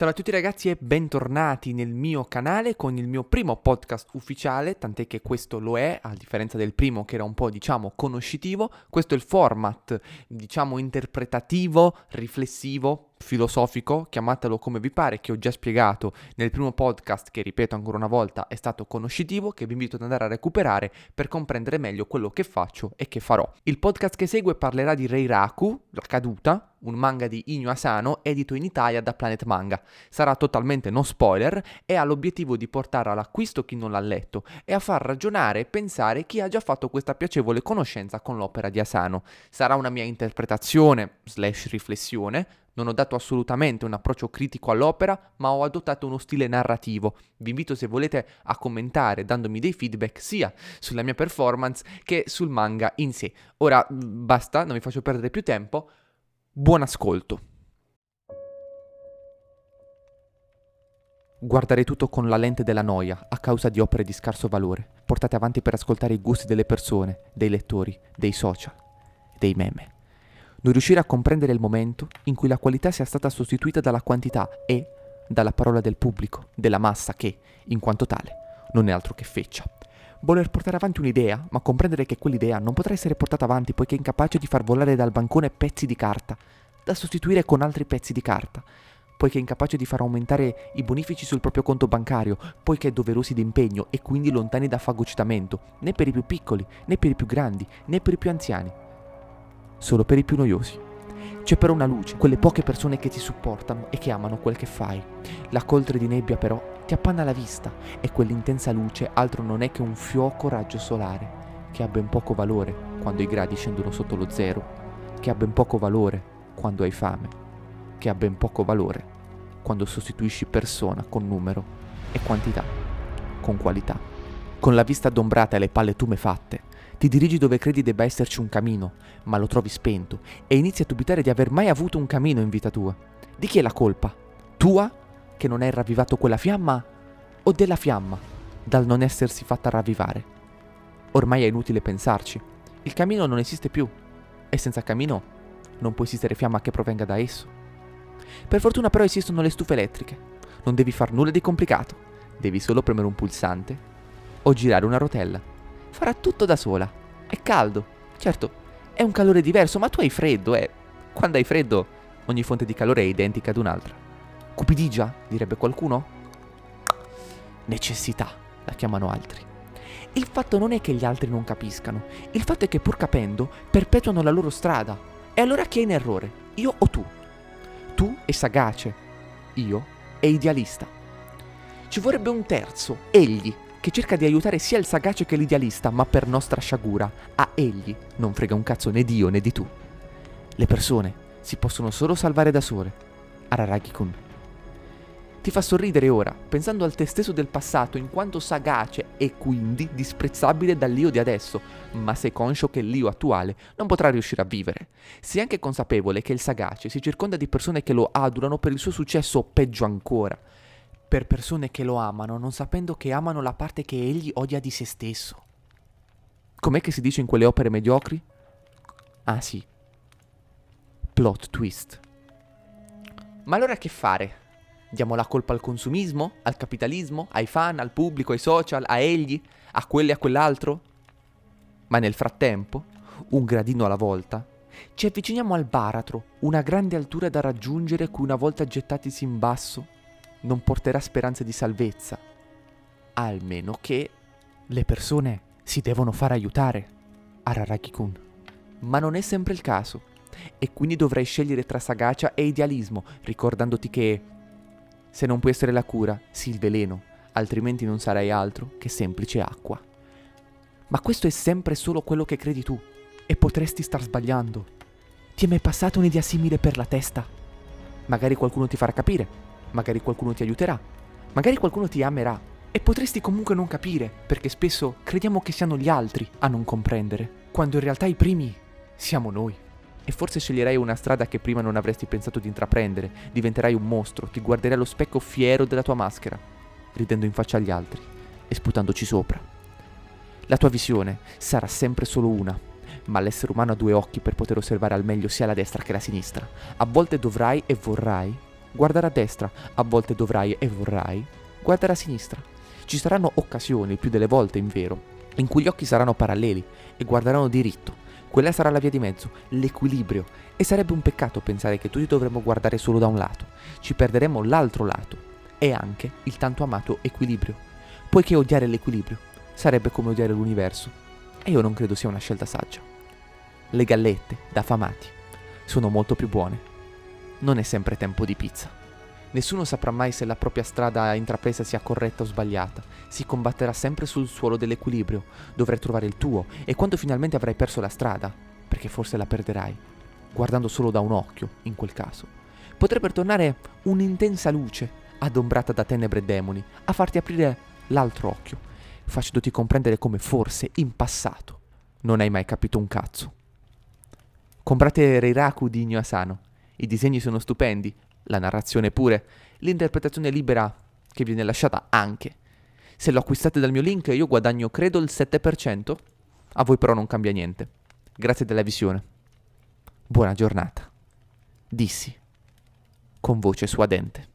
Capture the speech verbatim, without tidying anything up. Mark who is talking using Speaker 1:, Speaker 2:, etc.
Speaker 1: Ciao a tutti ragazzi e bentornati nel mio canale con il mio primo podcast ufficiale, tant'è che questo lo è, a differenza del primo che era un po' diciamo conoscitivo. Questo è il format diciamo interpretativo, riflessivo, filosofico, chiamatelo come vi pare, che ho già spiegato nel primo podcast, che ripeto ancora una volta è stato conoscitivo, che vi invito ad andare a recuperare per comprendere meglio quello che faccio e che farò. Il podcast che segue parlerà di Reiraku, la caduta, un manga di Inyo Asano edito in Italia da Planet Manga. Sarà totalmente no spoiler e ha l'obiettivo di portare all'acquisto chi non l'ha letto e a far ragionare e pensare chi ha già fatto questa piacevole conoscenza con l'opera di Asano. Sarà una mia interpretazione slash riflessione. Non ho dato assolutamente un approccio critico all'opera, ma ho adottato uno stile narrativo. Vi invito, se volete, a commentare dandomi dei feedback sia sulla mia performance che sul manga in sé. Ora basta, non vi faccio perdere più tempo. Buon ascolto. Guarderei tutto con la lente della noia a causa di opere di scarso valore, portate avanti per ascoltare i gusti delle persone, dei lettori, dei social, dei meme. Non riuscire a comprendere il momento in cui la qualità sia stata sostituita dalla quantità e dalla parola del pubblico, della massa che, in quanto tale, non è altro che feccia. Voler portare avanti un'idea, ma comprendere che quell'idea non potrà essere portata avanti poiché è incapace di far volare dal bancone pezzi di carta, da sostituire con altri pezzi di carta, poiché è incapace di far aumentare i bonifici sul proprio conto bancario, poiché è doverosi d'impegno e quindi lontani da fagocitamento, né per i più piccoli, né per i più grandi, né per i più anziani. Solo per i più noiosi. C'è però una luce, quelle poche persone che ti supportano e che amano quel che fai. La coltre di nebbia però ti appanna la vista e quell'intensa luce altro non è che un fioco raggio solare, che ha ben poco valore quando i gradi scendono sotto lo zero, che ha ben poco valore quando hai fame, che ha ben poco valore quando sostituisci persona con numero e quantità con qualità. Con la vista adombrata e le palle tumefatte, ti dirigi dove credi debba esserci un camino, ma lo trovi spento e inizi a dubitare di aver mai avuto un camino in vita tua. Di chi è la colpa? Tua, che non hai ravvivato quella fiamma, o della fiamma, dal non essersi fatta ravvivare? Ormai è inutile pensarci. Il camino non esiste più, e senza camino non può esistere fiamma che provenga da esso. Per fortuna però esistono le stufe elettriche. Non devi far nulla di complicato. Devi solo premere un pulsante o girare una rotella. Farà tutto da sola. È caldo. Certo, è un calore diverso, ma tu hai freddo, eh. Quando hai freddo, ogni fonte di calore è identica ad un'altra. Cupidigia, direbbe qualcuno? Necessità, la chiamano altri. Il fatto non è che gli altri non capiscano. Il fatto è che pur capendo, perpetuano la loro strada. E allora chi è in errore? Io o tu? Tu è sagace. Io è idealista. Ci vorrebbe un terzo, egli, che cerca di aiutare sia il sagace che l'idealista, ma per nostra sciagura a egli non frega un cazzo né Dio né di tu. Le persone si possono solo salvare da sole. Araragi-kun. Ti fa sorridere ora, pensando al te stesso del passato in quanto sagace e quindi disprezzabile dall'io di adesso, ma sei conscio che l'io attuale non potrà riuscire a vivere. Sei anche consapevole che il sagace si circonda di persone che lo adulano per il suo successo o peggio ancora, per persone che lo amano non sapendo che amano la parte che egli odia di se stesso. Com'è che si dice in quelle opere mediocri? Ah sì, plot twist. Ma allora che fare? Diamo la colpa al consumismo, al capitalismo, ai fan, al pubblico, ai social, a egli, a quello e a quell'altro? Ma nel frattempo, un gradino alla volta, ci avviciniamo al baratro, una grande altura da raggiungere cui una volta gettatisi in basso non porterà speranze di salvezza, almeno che le persone si devono far aiutare, Araragi-kun. Ma non è sempre il caso, e quindi dovrai scegliere tra sagacia e idealismo, ricordandoti che se non puoi essere la cura, sii il veleno, altrimenti non sarai altro che semplice acqua. Ma questo è sempre solo quello che credi tu, e potresti star sbagliando. Ti è mai passata un'idea simile per la testa? Magari qualcuno ti farà capire. Magari qualcuno ti aiuterà, magari qualcuno ti amerà e potresti comunque non capire, perché spesso crediamo che siano gli altri a non comprendere, quando in realtà i primi siamo noi. E forse sceglierai una strada che prima non avresti pensato di intraprendere, diventerai un mostro, ti guarderai allo specchio fiero della tua maschera, ridendo in faccia agli altri e sputandoci sopra. La tua visione sarà sempre solo una, ma l'essere umano ha due occhi per poter osservare al meglio sia la destra che la sinistra. A volte dovrai e vorrai guardare a destra, a volte dovrai e vorrai guardare a sinistra. Ci saranno occasioni, il più delle volte invero, in cui gli occhi saranno paralleli e guarderanno diritto. Quella sarà la via di mezzo, l'equilibrio, e sarebbe un peccato pensare che tutti dovremmo guardare solo da un lato. Ci perderemmo l'altro lato, e anche il tanto amato equilibrio, poiché odiare l'equilibrio sarebbe come odiare l'universo, e io non credo sia una scelta saggia. Le gallette, da affamati, sono molto più buone. Non è sempre tempo di pizza. Nessuno saprà mai se la propria strada intrapresa sia corretta o sbagliata. Si combatterà sempre sul suolo dell'equilibrio. Dovrai trovare il tuo, e quando finalmente avrai perso la strada, perché forse la perderai, guardando solo da un occhio, in quel caso, potrebbe tornare un'intensa luce, adombrata da tenebre e demoni, a farti aprire l'altro occhio, facendoti comprendere come forse, in passato, non hai mai capito un cazzo. Comprate Reiraku di Inyo Asano. I disegni sono stupendi, la narrazione pure, l'interpretazione libera che viene lasciata anche. Se lo acquistate dal mio link io guadagno credo il sette per cento, a voi però non cambia niente. Grazie della visione. Buona giornata. Dissi, con voce suadente.